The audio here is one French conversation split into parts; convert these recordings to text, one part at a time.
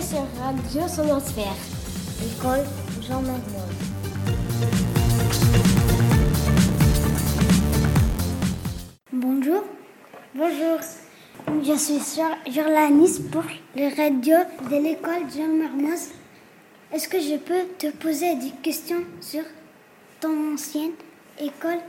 sur Radio Sonosphère. École Jean Mermoz. Bonjour. Bonjour. Je suis journaliste pour le radio de l'école Jean Mermoz. Est-ce que je peux te poser des questions sur ton ancienne école?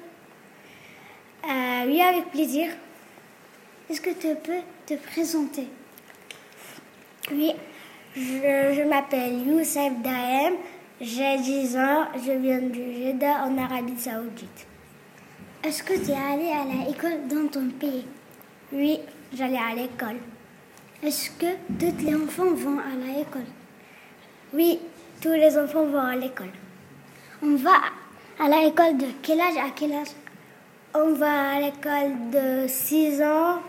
Oui, avec plaisir. Est-ce que tu peux te présenter? Oui, je m'appelle Youssef Dahem, j'ai 10 ans, je viens du Jeddah en Arabie Saoudite. Est-ce que tu es allé à l'école dans ton pays? Oui, j'allais à l'école. Est-ce que tous les enfants vont à l'école? Oui, tous les enfants vont à l'école. On va à l'école de quel âge à quel âge? On va à l'école de 6 ans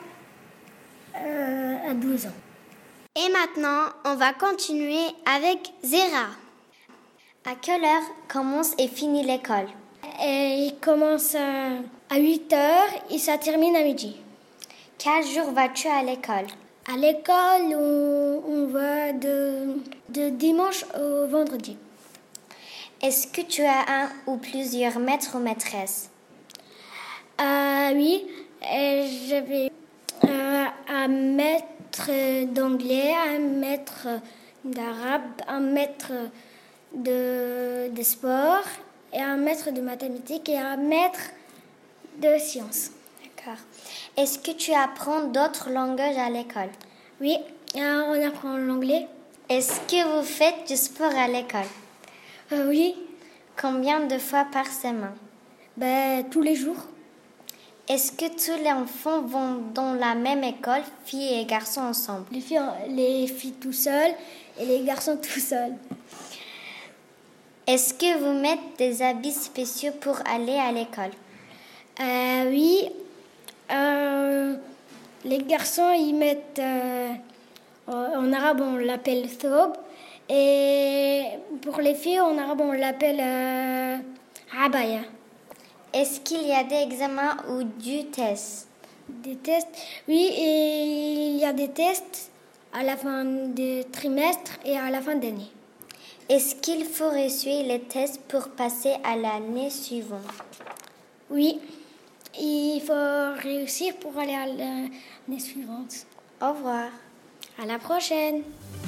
à 12 ans. Et maintenant, on va continuer avec Zera. À quelle heure commence et finit l'école? Il commence à 8 heures et ça termine à midi. Quel jour vas-tu à l'école? À l'école, on va de dimanche au vendredi. Est-ce que tu as un ou plusieurs maîtres ou maîtresses? Oui, j'avais un maître d'anglais, un maître d'arabe, un maître de sport, et un maître de mathématiques et un maître de sciences. D'accord. Est-ce que tu apprends d'autres langages à l'école? Oui, on apprend l'anglais. Est-ce que vous faites du sport à l'école? Oui. Combien de fois par semaine? Tous les jours. Est-ce que tous les enfants vont dans la même école, filles et garçons ensemble? Les filles tout seules et les garçons tout seuls. Est-ce que vous mettez des habits spéciaux pour aller à l'école? Oui. Les garçons, ils mettent... en arabe, on l'appelle thob. Et pour les filles, en arabe, on l'appelle abaya. Est-ce qu'il y a des examens ou du test? Des tests? Oui, et il y a des tests à la fin du trimestre et à la fin d'année. Est-ce qu'il faut réussir les tests pour passer à l'année suivante? Oui, il faut réussir pour aller à l'année suivante. Au revoir. À la prochaine.